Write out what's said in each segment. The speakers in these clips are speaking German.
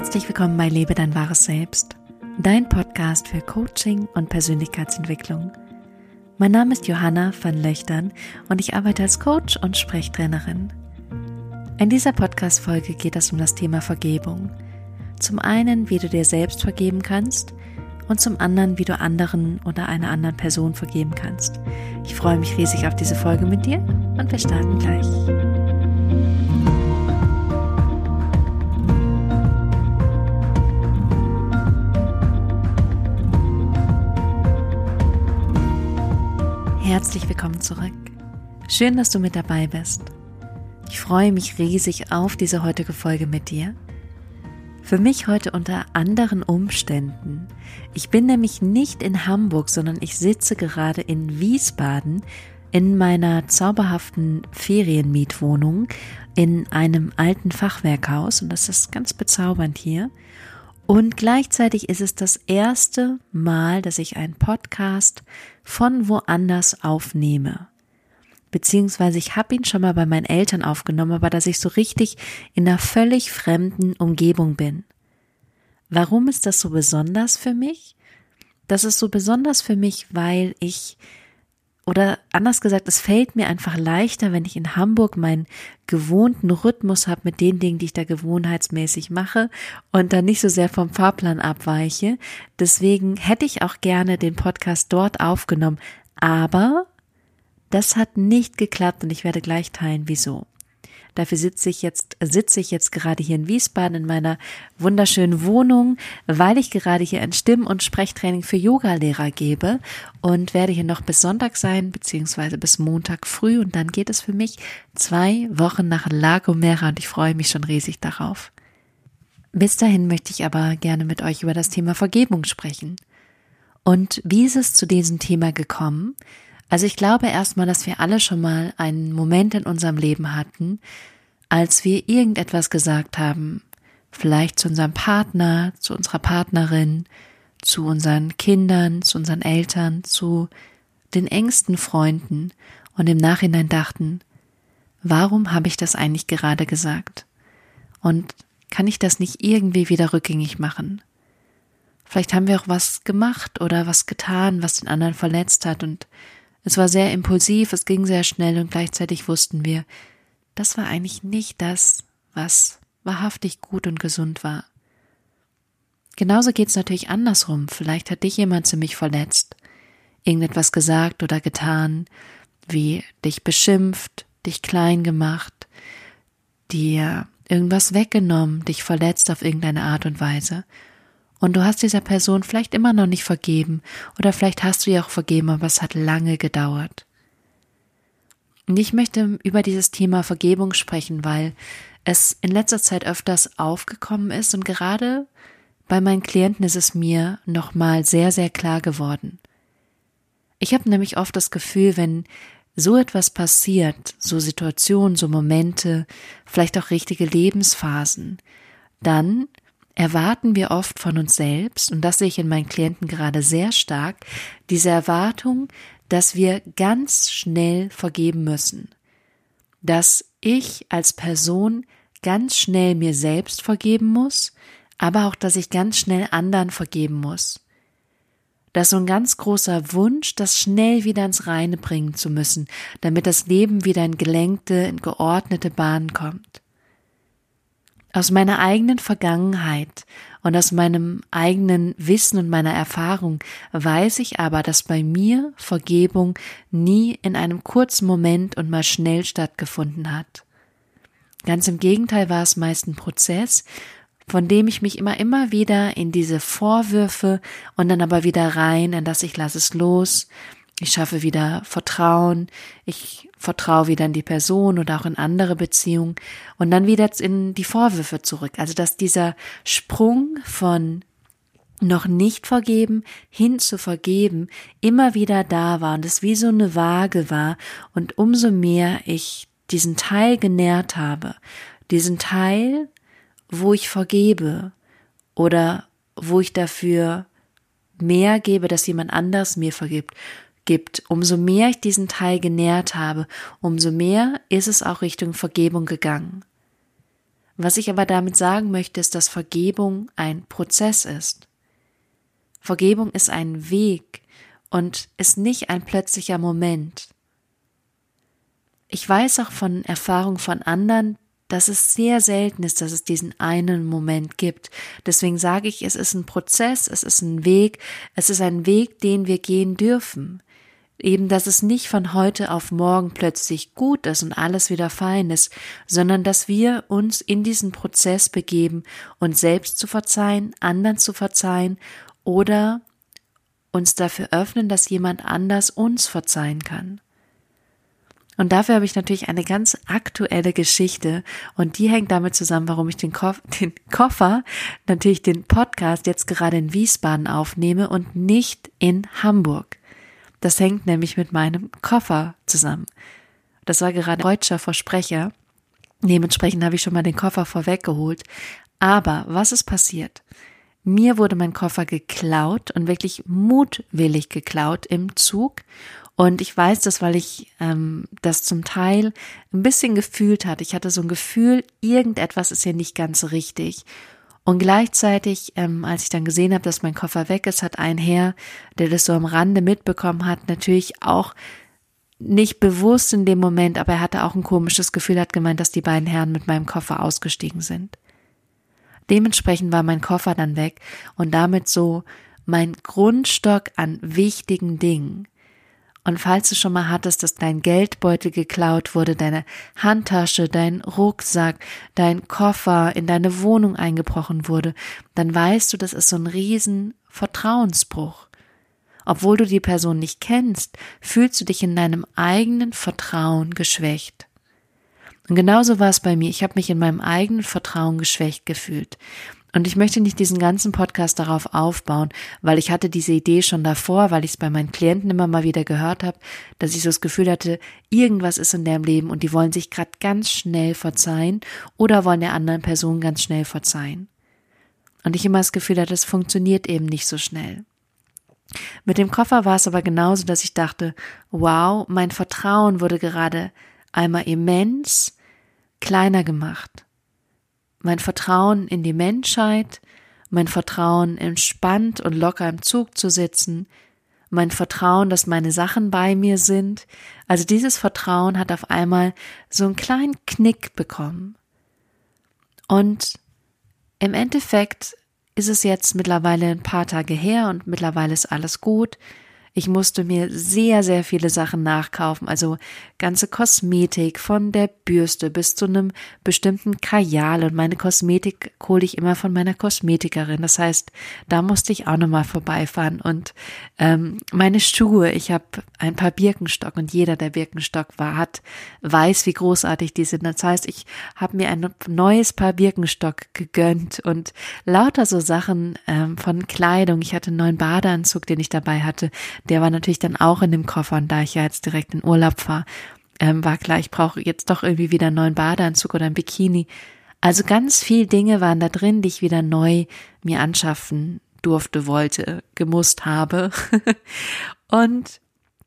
Herzlich willkommen bei Lebe dein wahres Selbst, dein Podcast für Coaching und Persönlichkeitsentwicklung. Mein Name ist Johanna van Löchtern und ich arbeite als Coach und Sprechtrainerin. In dieser Podcast-Folge geht es um das Thema Vergebung. Zum einen, wie du dir selbst vergeben kannst und zum anderen, wie du anderen oder einer anderen Person vergeben kannst. Ich freue mich riesig auf diese Folge mit dir und wir starten gleich. Herzlich willkommen zurück. Schön, dass du mit dabei bist. Ich freue mich riesig auf diese heutige Folge mit dir. Für mich heute unter anderen Umständen. Ich bin nämlich nicht in Hamburg, sondern ich sitze gerade in Wiesbaden in meiner zauberhaften Ferienmietwohnung in einem alten Fachwerkhaus und das ist ganz bezaubernd hier. Und gleichzeitig ist es das erste Mal, dass ich einen Podcast von woanders aufnehme. Beziehungsweise ich habe ihn schon mal bei meinen Eltern aufgenommen, aber dass ich so richtig in einer völlig fremden Umgebung bin. Warum ist das so besonders für mich? Das ist so besonders für mich, weil oder anders gesagt, es fällt mir einfach leichter, wenn ich in Hamburg meinen gewohnten Rhythmus habe mit den Dingen, die ich da gewohnheitsmäßig mache und dann nicht so sehr vom Fahrplan abweiche. Deswegen hätte ich auch gerne den Podcast dort aufgenommen, aber das hat nicht geklappt und ich werde gleich teilen, wieso. Dafür sitze ich jetzt gerade hier in Wiesbaden in meiner wunderschönen Wohnung, weil ich gerade hier ein Stimm- und Sprechtraining für Yogalehrer gebe und werde hier noch bis Sonntag sein, beziehungsweise bis Montag früh und dann geht es für mich 2 Wochen nach La Gomera und ich freue mich schon riesig darauf. Bis dahin möchte ich aber gerne mit euch über das Thema Vergebung sprechen. Und wie ist es zu diesem Thema gekommen? Also ich glaube erstmal, dass wir alle schon mal einen Moment in unserem Leben hatten, als wir irgendetwas gesagt haben, vielleicht zu unserem Partner, zu unserer Partnerin, zu unseren Kindern, zu unseren Eltern, zu den engsten Freunden und im Nachhinein dachten, warum habe ich das eigentlich gerade gesagt? Und kann ich das nicht irgendwie wieder rückgängig machen? Vielleicht haben wir auch was gemacht oder was getan, was den anderen verletzt hat und es war sehr impulsiv, es ging sehr schnell und gleichzeitig wussten wir, das war eigentlich nicht das, was wahrhaftig gut und gesund war. Genauso geht's natürlich andersrum. Vielleicht hat dich jemand ziemlich verletzt, irgendetwas gesagt oder getan, wie dich beschimpft, dich klein gemacht, dir irgendwas weggenommen, dich verletzt auf irgendeine Art und Weise. Und du hast dieser Person vielleicht immer noch nicht vergeben oder vielleicht hast du ihr auch vergeben, aber es hat lange gedauert. Und ich möchte über dieses Thema Vergebung sprechen, weil es in letzter Zeit öfters aufgekommen ist und gerade bei meinen Klienten ist es mir nochmal sehr, sehr klar geworden. Ich habe nämlich oft das Gefühl, wenn so etwas passiert, so Situationen, so Momente, vielleicht auch richtige Lebensphasen, dann erwarten wir oft von uns selbst, und das sehe ich in meinen Klienten gerade sehr stark, diese Erwartung, dass wir ganz schnell vergeben müssen. Dass ich als Person ganz schnell mir selbst vergeben muss, aber auch, dass ich ganz schnell anderen vergeben muss. Das ist so ein ganz großer Wunsch, das schnell wieder ins Reine bringen zu müssen, damit das Leben wieder in gelenkte, in geordnete Bahnen kommt. Aus meiner eigenen Vergangenheit und aus meinem eigenen Wissen und meiner Erfahrung weiß ich aber, dass bei mir Vergebung nie in einem kurzen Moment und mal schnell stattgefunden hat. Ganz im Gegenteil war es meist ein Prozess, von dem ich mich immer wieder in diese Vorwürfe und dann aber wieder rein, in das ich lasse es los, ich schaffe wieder Vertrauen, ich vertraue wieder in die Person oder auch in andere Beziehungen und dann wieder in die Vorwürfe zurück. Also dass dieser Sprung von noch nicht vergeben hin zu vergeben immer wieder da war und es wie so eine Waage war und umso mehr ich diesen Teil genährt habe, diesen Teil, wo ich vergebe oder wo ich dafür mehr gebe, dass jemand anders mir vergibt, umso mehr ich diesen Teil genährt habe, umso mehr ist es auch Richtung Vergebung gegangen. Was ich aber damit sagen möchte, ist, dass Vergebung ein Prozess ist. Vergebung ist ein Weg und ist nicht ein plötzlicher Moment. Ich weiß auch von Erfahrung von anderen, dass es sehr selten ist, dass es diesen einen Moment gibt. Deswegen sage ich, es ist ein Prozess, es ist ein Weg, den wir gehen dürfen. Eben, dass es nicht von heute auf morgen plötzlich gut ist und alles wieder fein ist, sondern dass wir uns in diesen Prozess begeben, uns selbst zu verzeihen, anderen zu verzeihen oder uns dafür öffnen, dass jemand anders uns verzeihen kann. Und dafür habe ich natürlich eine ganz aktuelle Geschichte und die hängt damit zusammen, warum ich den Koffer, natürlich den Podcast jetzt gerade in Wiesbaden aufnehme und nicht in Hamburg. Das hängt nämlich mit meinem Koffer zusammen. Das war gerade deutscher Versprecher. Dementsprechend habe ich schon mal den Koffer vorweggeholt. Aber was ist passiert? Mir wurde mein Koffer geklaut und wirklich mutwillig geklaut im Zug. Und ich weiß das, weil ich das zum Teil ein bisschen gefühlt hatte. Ich hatte so ein Gefühl, irgendetwas ist hier nicht ganz richtig. Und gleichzeitig, als ich dann gesehen habe, dass mein Koffer weg ist, hat ein Herr, der das so am Rande mitbekommen hat, natürlich auch nicht bewusst in dem Moment, aber er hatte auch ein komisches Gefühl, hat gemeint, dass die beiden Herren mit meinem Koffer ausgestiegen sind. Dementsprechend war mein Koffer dann weg und damit so mein Grundstock an wichtigen Dingen. Und falls du schon mal hattest, dass dein Geldbeutel geklaut wurde, deine Handtasche, dein Rucksack, dein Koffer in deine Wohnung eingebrochen wurde, dann weißt du, das ist so ein riesen Vertrauensbruch. Obwohl du die Person nicht kennst, fühlst du dich in deinem eigenen Vertrauen geschwächt. Und genauso war es bei mir. Ich habe mich in meinem eigenen Vertrauen geschwächt gefühlt. Und ich möchte nicht diesen ganzen Podcast darauf aufbauen, weil ich hatte diese Idee schon davor, weil ich es bei meinen Klienten immer mal wieder gehört habe, dass ich so das Gefühl hatte, irgendwas ist in deren Leben und die wollen sich gerade ganz schnell verzeihen oder wollen der anderen Person ganz schnell verzeihen. Und ich immer das Gefühl hatte, es funktioniert eben nicht so schnell. Mit dem Koffer war es aber genauso, dass ich dachte, wow, mein Vertrauen wurde gerade einmal immens kleiner gemacht. Mein Vertrauen in die Menschheit, mein Vertrauen, entspannt und locker im Zug zu sitzen, mein Vertrauen, dass meine Sachen bei mir sind. Also dieses Vertrauen hat auf einmal so einen kleinen Knick bekommen. Und im Endeffekt ist es jetzt mittlerweile ein paar Tage her und mittlerweile ist alles gut. Ich musste mir sehr, sehr viele Sachen nachkaufen, also ganze Kosmetik von der Bürste bis zu einem bestimmten Kajal und meine Kosmetik hole ich immer von meiner Kosmetikerin, das heißt, da musste ich auch nochmal vorbeifahren und meine Schuhe, ich habe ein paar Birkenstock und jeder, der Birkenstock weiß, wie großartig die sind, das heißt, ich habe mir ein neues Paar Birkenstock gegönnt und lauter so Sachen von Kleidung, ich hatte einen neuen Badeanzug, den ich dabei hatte. Der war natürlich dann auch in dem Koffer und da ich ja jetzt direkt in Urlaub fahre, war klar, ich brauche jetzt doch irgendwie wieder einen neuen Badeanzug oder ein Bikini. Also ganz viele Dinge waren da drin, die ich wieder neu mir anschaffen durfte, wollte, gemusst habe. Und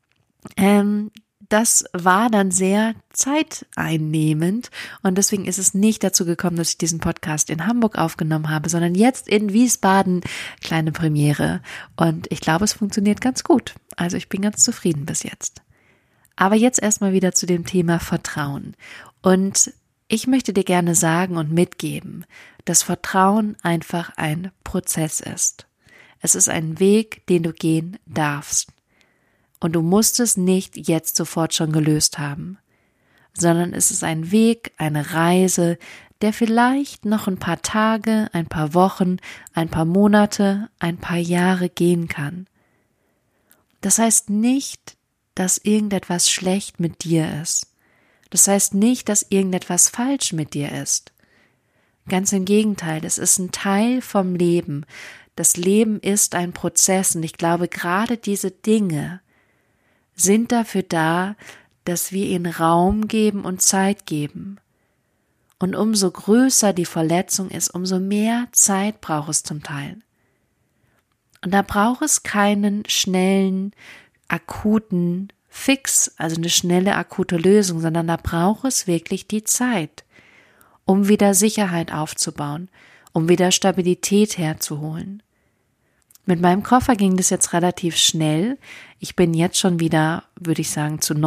das war dann sehr zeiteinnehmend und deswegen ist es nicht dazu gekommen, dass ich diesen Podcast in Hamburg aufgenommen habe, sondern jetzt in Wiesbaden, kleine Premiere und ich glaube, es funktioniert ganz gut. Also ich bin ganz zufrieden bis jetzt. Aber jetzt erstmal wieder zu dem Thema Vertrauen und ich möchte dir gerne sagen und mitgeben, dass Vertrauen einfach ein Prozess ist. Es ist ein Weg, den du gehen darfst. Und du musst es nicht jetzt sofort schon gelöst haben, sondern es ist ein Weg, eine Reise, der vielleicht noch ein paar Tage, ein paar Wochen, ein paar Monate, ein paar Jahre gehen kann. Das heißt nicht, dass irgendetwas schlecht mit dir ist. Das heißt nicht, dass irgendetwas falsch mit dir ist. Ganz im Gegenteil, es ist ein Teil vom Leben. Das Leben ist ein Prozess und ich glaube, gerade diese Dinge sind dafür da, dass wir ihnen Raum geben und Zeit geben. Und umso größer die Verletzung ist, umso mehr Zeit braucht es zum Teil. Und da braucht es keinen schnellen, akuten Fix, also eine schnelle, akute Lösung, sondern da braucht es wirklich die Zeit. um wieder Sicherheit aufzubauen, um wieder Stabilität herzuholen. Mit meinem Koffer ging das jetzt relativ schnell. Ich bin jetzt schon wieder, würde ich sagen, zu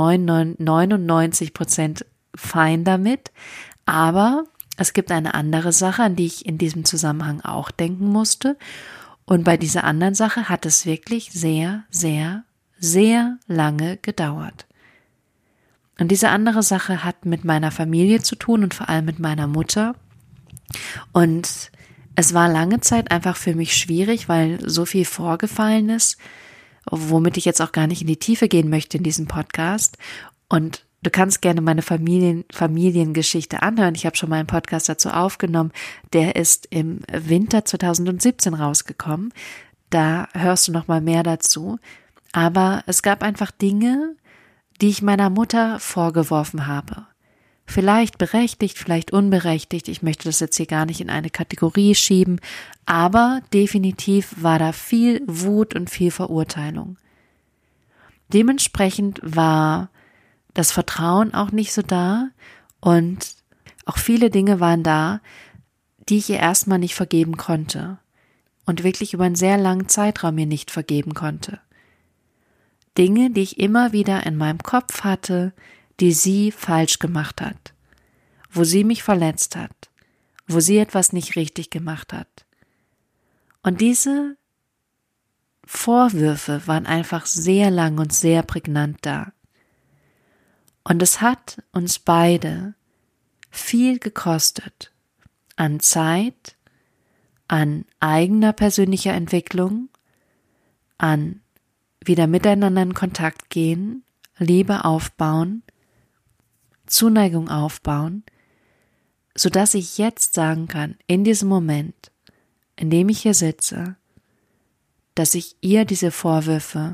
99% fein damit. Aber es gibt eine andere Sache, an die ich in diesem Zusammenhang auch denken musste. Und bei dieser anderen Sache hat es wirklich sehr, sehr, sehr lange gedauert. Und diese andere Sache hat mit meiner Familie zu tun und vor allem mit meiner Mutter. Und es war lange Zeit einfach für mich schwierig, weil so viel vorgefallen ist, womit ich jetzt auch gar nicht in die Tiefe gehen möchte in diesem Podcast. Und du kannst gerne meine Familiengeschichte anhören. Ich habe schon mal einen Podcast dazu aufgenommen. Der ist im Winter 2017 rausgekommen. Da hörst du noch mal mehr dazu. Aber es gab einfach Dinge, die ich meiner Mutter vorgeworfen habe. Vielleicht berechtigt, vielleicht unberechtigt. Ich möchte das jetzt hier gar nicht in eine Kategorie schieben. Aber definitiv war da viel Wut und viel Verurteilung. Dementsprechend war das Vertrauen auch nicht so da und auch viele Dinge waren da, die ich ihr erstmal nicht vergeben konnte und wirklich über einen sehr langen Zeitraum mir nicht vergeben konnte. Dinge, die ich immer wieder in meinem Kopf hatte, die sie falsch gemacht hat, wo sie mich verletzt hat, wo sie etwas nicht richtig gemacht hat. Und diese Vorwürfe waren einfach sehr lang und sehr prägnant da. Und es hat uns beide viel gekostet an Zeit, an eigener persönlicher Entwicklung, an wieder miteinander in Kontakt gehen, Liebe aufbauen, Zuneigung aufbauen, sodass ich jetzt sagen kann, in diesem Moment, in dem ich hier sitze, dass ich ihr diese Vorwürfe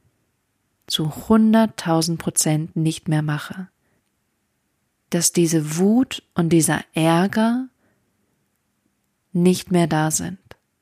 zu 100.000% nicht mehr mache. Dass diese Wut und dieser Ärger nicht mehr da sind.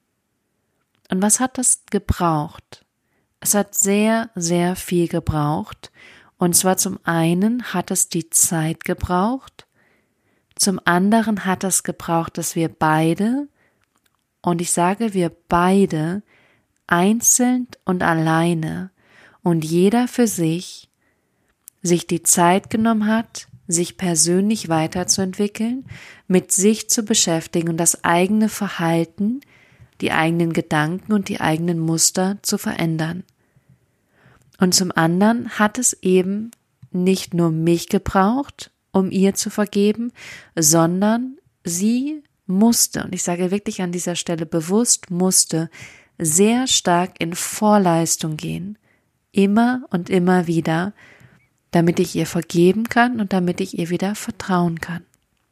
Und was hat das gebraucht? Es hat sehr, sehr viel gebraucht. Und zwar zum einen hat es die Zeit gebraucht, zum anderen hat es gebraucht, dass wir beide, und ich sage wir beide, einzeln und alleine und jeder für sich die Zeit genommen hat, sich persönlich weiterzuentwickeln, mit sich zu beschäftigen und das eigene Verhalten, die eigenen Gedanken und die eigenen Muster zu verändern. Und zum anderen hat es eben nicht nur mich gebraucht, um ihr zu vergeben, sondern sie musste, und ich sage wirklich an dieser Stelle bewusst musste, sehr stark in Vorleistung gehen, immer und immer wieder, damit ich ihr vergeben kann und damit ich ihr wieder vertrauen kann.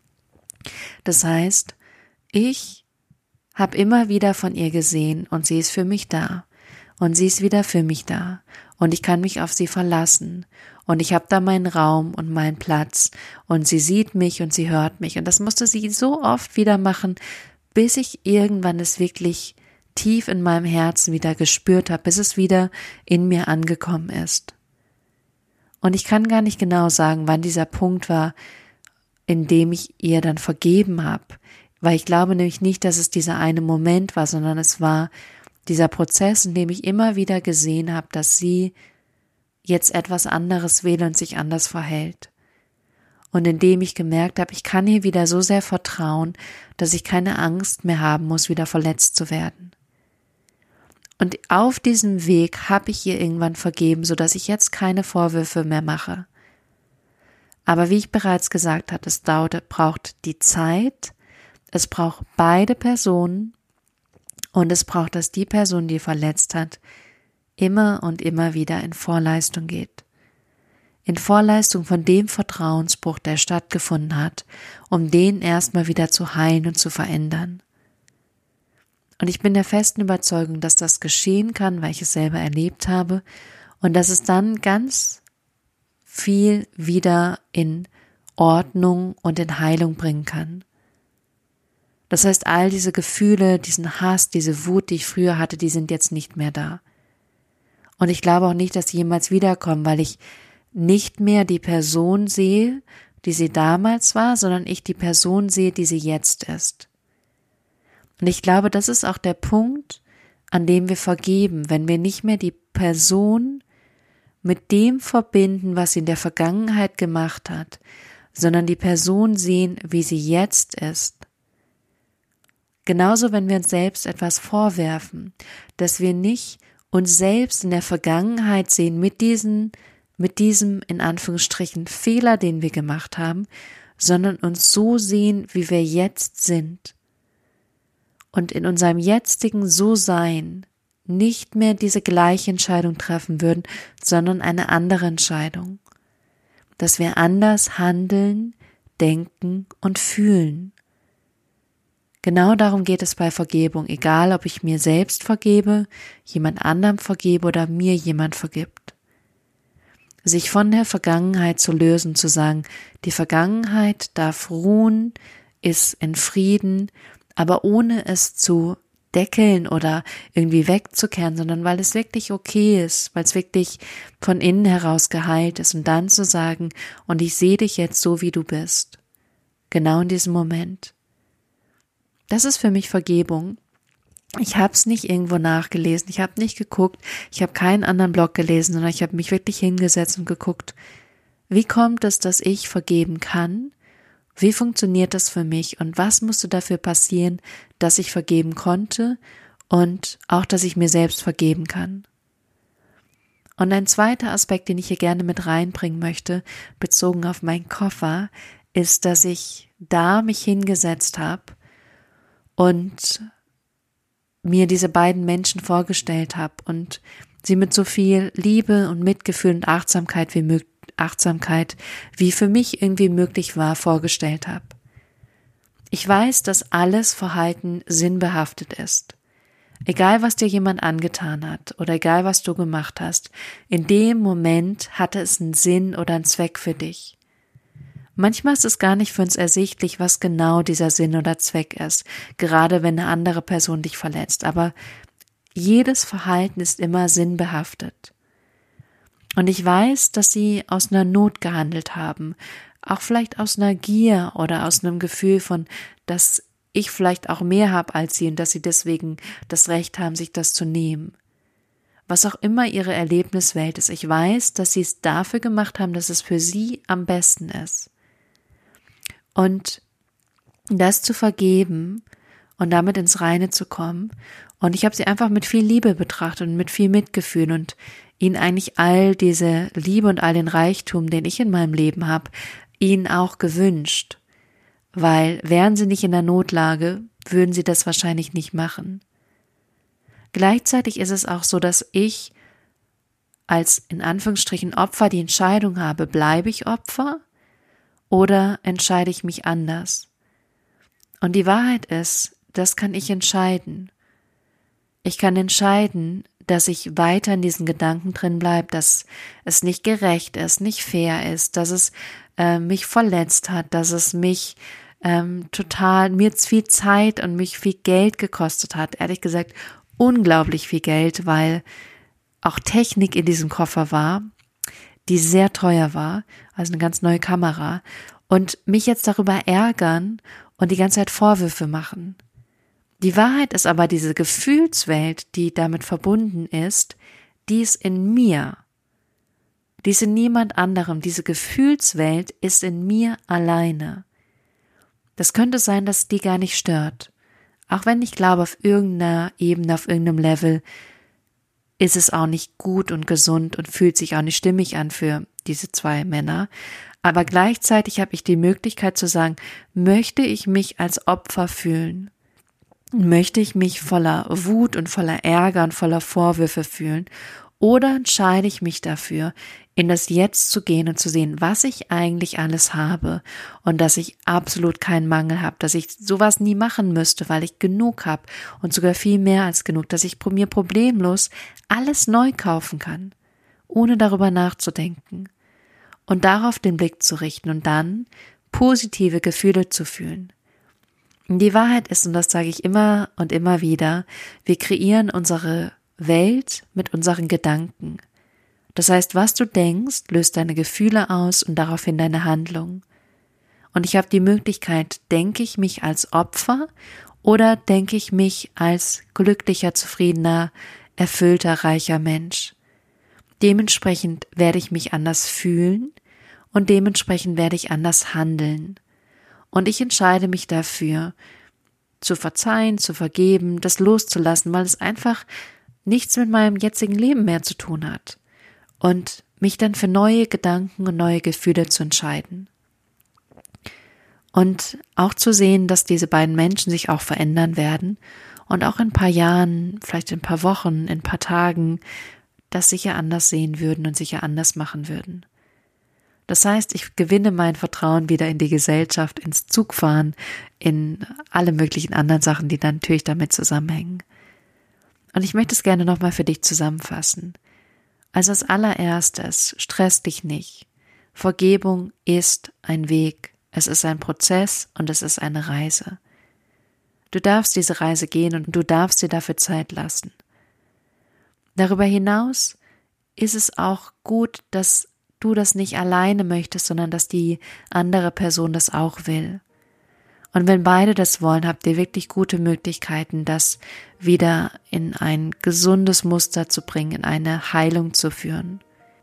Das heißt, ich habe immer wieder von ihr gesehen und sie ist für mich da und sie ist wieder für mich da und ich kann mich auf sie verlassen und ich habe da meinen Raum und meinen Platz und sie sieht mich und sie hört mich und das musste sie so oft wieder machen, bis ich irgendwann es wirklich tief in meinem Herzen wieder gespürt habe, bis es wieder in mir angekommen ist. Und ich kann gar nicht genau sagen, wann dieser Punkt war, in dem ich ihr dann vergeben habe, weil ich glaube nämlich nicht, dass es dieser eine Moment war, sondern es war dieser Prozess, in dem ich immer wieder gesehen habe, dass sie jetzt etwas anderes will und sich anders verhält. Und in dem ich gemerkt habe, ich kann ihr wieder so sehr vertrauen, dass ich keine Angst mehr haben muss, wieder verletzt zu werden. Und auf diesem Weg habe ich ihr irgendwann vergeben, sodass ich jetzt keine Vorwürfe mehr mache. Aber wie ich bereits gesagt habe, es braucht die Zeit, es braucht beide Personen und es braucht, dass die Person, die verletzt hat, immer und immer wieder in Vorleistung geht. In Vorleistung von dem Vertrauensbruch, der stattgefunden hat, um den erstmal wieder zu heilen und zu verändern. Und ich bin der festen Überzeugung, dass das geschehen kann, weil ich es selber erlebt habe und dass es dann ganz viel wieder in Ordnung und in Heilung bringen kann. Das heißt, all diese Gefühle, diesen Hass, diese Wut, die ich früher hatte, die sind jetzt nicht mehr da. Und ich glaube auch nicht, dass sie jemals wiederkommen, weil ich nicht mehr die Person sehe, die sie damals war, sondern ich die Person sehe, die sie jetzt ist. Und ich glaube, das ist auch der Punkt, an dem wir vergeben, wenn wir nicht mehr die Person mit dem verbinden, was sie in der Vergangenheit gemacht hat, sondern die Person sehen, wie sie jetzt ist. Genauso, wenn wir uns selbst etwas vorwerfen, dass wir nicht uns selbst in der Vergangenheit sehen mit diesem in Anführungsstrichen Fehler, den wir gemacht haben, sondern uns so sehen, wie wir jetzt sind. Und in unserem jetzigen So-Sein nicht mehr diese gleiche Entscheidung treffen würden, sondern eine andere Entscheidung. Dass wir anders handeln, denken und fühlen. Genau darum geht es bei Vergebung, egal ob ich mir selbst vergebe, jemand anderem vergebe oder mir jemand vergibt. Sich von der Vergangenheit zu lösen, zu sagen, die Vergangenheit darf ruhen, ist in Frieden, aber ohne es zu deckeln oder irgendwie wegzukehren, sondern weil es wirklich okay ist, weil es wirklich von innen heraus geheilt ist und dann zu sagen, und ich sehe dich jetzt so, wie du bist. Genau in diesem Moment. Das ist für mich Vergebung. Ich habe es nicht irgendwo nachgelesen, ich habe nicht geguckt, ich habe keinen anderen Blog gelesen, sondern ich habe mich wirklich hingesetzt und geguckt, wie kommt es, dass ich vergeben kann? Wie funktioniert das für mich und was musste dafür passieren, dass ich vergeben konnte und auch, dass ich mir selbst vergeben kann? Und ein zweiter Aspekt, den ich hier gerne mit reinbringen möchte, bezogen auf meinen Koffer, ist, dass ich da mich hingesetzt habe und mir diese beiden Menschen vorgestellt habe und sie mit so viel Liebe und Mitgefühl und Achtsamkeit wie für mich irgendwie möglich war, vorgestellt habe. Ich weiß, dass alles Verhalten sinnbehaftet ist. Egal, was dir jemand angetan hat oder egal, was du gemacht hast, in dem Moment hatte es einen Sinn oder einen Zweck für dich. Manchmal ist es gar nicht für uns ersichtlich, was genau dieser Sinn oder Zweck ist, gerade wenn eine andere Person dich verletzt, aber jedes Verhalten ist immer sinnbehaftet. Und ich weiß, dass sie aus einer Not gehandelt haben, auch vielleicht aus einer Gier oder aus einem Gefühl von, dass ich vielleicht auch mehr habe als sie und dass sie deswegen das Recht haben, sich das zu nehmen. Was auch immer ihre Erlebniswelt ist, ich weiß, dass sie es dafür gemacht haben, dass es für sie am besten ist. Und das zu vergeben und damit ins Reine zu kommen. Und ich habe sie einfach mit viel Liebe betrachtet und mit viel Mitgefühl und ihnen eigentlich all diese Liebe und all den Reichtum, den ich in meinem Leben habe, ihnen auch gewünscht. Weil wären sie nicht in der Notlage, würden sie das wahrscheinlich nicht machen. Gleichzeitig ist es auch so, dass ich als in Anführungsstrichen Opfer die Entscheidung habe, bleibe ich Opfer oder entscheide ich mich anders? Und die Wahrheit ist, das kann ich entscheiden. Ich kann entscheiden, dass ich weiter in diesen Gedanken drin bleibe, dass es nicht gerecht ist, nicht fair ist, dass es mich verletzt hat, dass es mich mir viel Zeit und mich viel Geld gekostet hat. Ehrlich gesagt, unglaublich viel Geld, weil auch Technik in diesem Koffer war, die sehr teuer war, also eine ganz neue Kamera, und mich jetzt darüber ärgern und die ganze Zeit Vorwürfe machen. Die Wahrheit ist aber, diese Gefühlswelt, die damit verbunden ist, die ist in mir. Die ist in niemand anderem. Diese Gefühlswelt ist in mir alleine. Das könnte sein, dass die gar nicht stört. Auch wenn ich glaube, auf irgendeiner Ebene, auf irgendeinem Level ist es auch nicht gut und gesund und fühlt sich auch nicht stimmig an für diese zwei Männer. Aber gleichzeitig habe ich die Möglichkeit zu sagen, möchte ich mich als Opfer fühlen? Möchte ich mich voller Wut und voller Ärger und voller Vorwürfe fühlen? Oder entscheide ich mich dafür, in das Jetzt zu gehen und zu sehen, was ich eigentlich alles habe und dass ich absolut keinen Mangel habe, dass ich sowas nie machen müsste, weil ich genug habe und sogar viel mehr als genug, dass ich mir problemlos alles neu kaufen kann, ohne darüber nachzudenken und darauf den Blick zu richten und dann positive Gefühle zu fühlen. Die Wahrheit ist, und das sage ich immer und immer wieder, wir kreieren unsere Welt mit unseren Gedanken. Das heißt, was du denkst, löst deine Gefühle aus und daraufhin deine Handlung. Und ich habe die Möglichkeit, denke ich mich als Opfer oder denke ich mich als glücklicher, zufriedener, erfüllter, reicher Mensch. Dementsprechend werde ich mich anders fühlen und dementsprechend werde ich anders handeln. Und ich entscheide mich dafür, zu verzeihen, zu vergeben, das loszulassen, weil es einfach nichts mit meinem jetzigen Leben mehr zu tun hat. Und mich dann für neue Gedanken und neue Gefühle zu entscheiden. Und auch zu sehen, dass diese beiden Menschen sich auch verändern werden und auch in ein paar Jahren, vielleicht in ein paar Wochen, in ein paar Tagen, das sicher anders sehen würden und sicher anders machen würden. Das heißt, ich gewinne mein Vertrauen wieder in die Gesellschaft, ins Zugfahren, in alle möglichen anderen Sachen, die dann natürlich damit zusammenhängen. Und ich möchte es gerne nochmal für dich zusammenfassen. Also als allererstes, stress dich nicht. Vergebung ist ein Weg, es ist ein Prozess und es ist eine Reise. Du darfst diese Reise gehen und du darfst dir dafür Zeit lassen. Darüber hinaus ist es auch gut, dass du das nicht alleine möchtest, sondern dass die andere Person das auch will. Und wenn beide das wollen, habt ihr wirklich gute Möglichkeiten, das wieder in ein gesundes Muster zu bringen, in eine Heilung zu führen.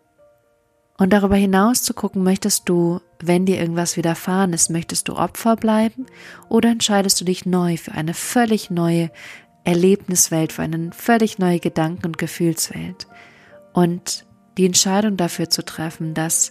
Und darüber hinaus zu gucken, möchtest du, wenn dir irgendwas widerfahren ist, möchtest du Opfer bleiben oder entscheidest du dich neu für eine völlig neue Erlebniswelt, für eine völlig neue Gedanken- und Gefühlswelt. Und die Entscheidung dafür zu treffen, dass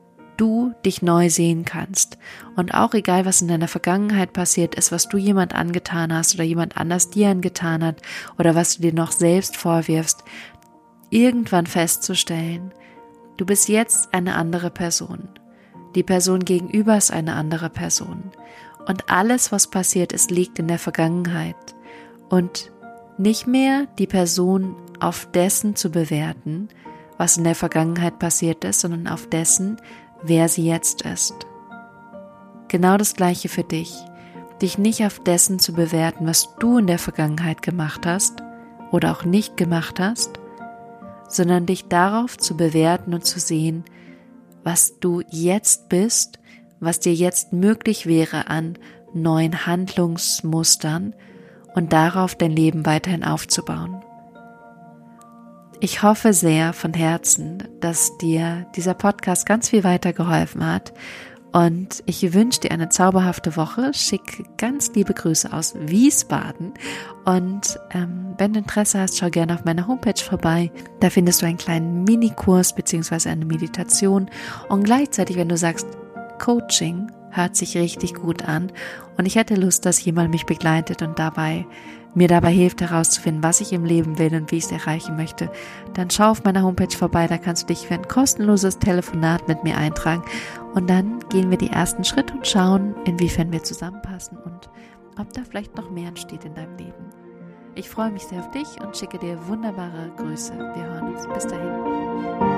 du dich neu sehen kannst. Und auch egal, was in deiner Vergangenheit passiert ist, was du jemand angetan hast oder jemand anders dir angetan hat oder was du dir noch selbst vorwirfst, irgendwann festzustellen, du bist jetzt eine andere Person. Die Person gegenüber ist eine andere Person. Und alles, was passiert ist, liegt in der Vergangenheit. Und nicht mehr die Person auf dessen zu bewerten, was in der Vergangenheit passiert ist, sondern auf dessen, wer sie jetzt ist. Genau das Gleiche für dich. Dich nicht auf dessen zu bewerten, was du in der Vergangenheit gemacht hast oder auch nicht gemacht hast, sondern dich darauf zu bewerten und zu sehen, was du jetzt bist, was dir jetzt möglich wäre an neuen Handlungsmustern und darauf dein Leben weiterhin aufzubauen. Ich hoffe sehr von Herzen, dass dir dieser Podcast ganz viel weitergeholfen hat und ich wünsche dir eine zauberhafte Woche, schick ganz liebe Grüße aus Wiesbaden und wenn du Interesse hast, schau gerne auf meiner Homepage vorbei, da findest du einen kleinen Minikurs bzw. eine Meditation und gleichzeitig, wenn du sagst, Coaching hört sich richtig gut an und ich hätte Lust, dass jemand mich begleitet und mir dabei hilft herauszufinden, was ich im Leben will und wie ich es erreichen möchte, dann schau auf meiner Homepage vorbei, da kannst du dich für ein kostenloses Telefonat mit mir eintragen und dann gehen wir die ersten Schritte und schauen, inwiefern wir zusammenpassen und ob da vielleicht noch mehr entsteht in deinem Leben. Ich freue mich sehr auf dich und schicke dir wunderbare Grüße. Wir hören uns. Bis dahin.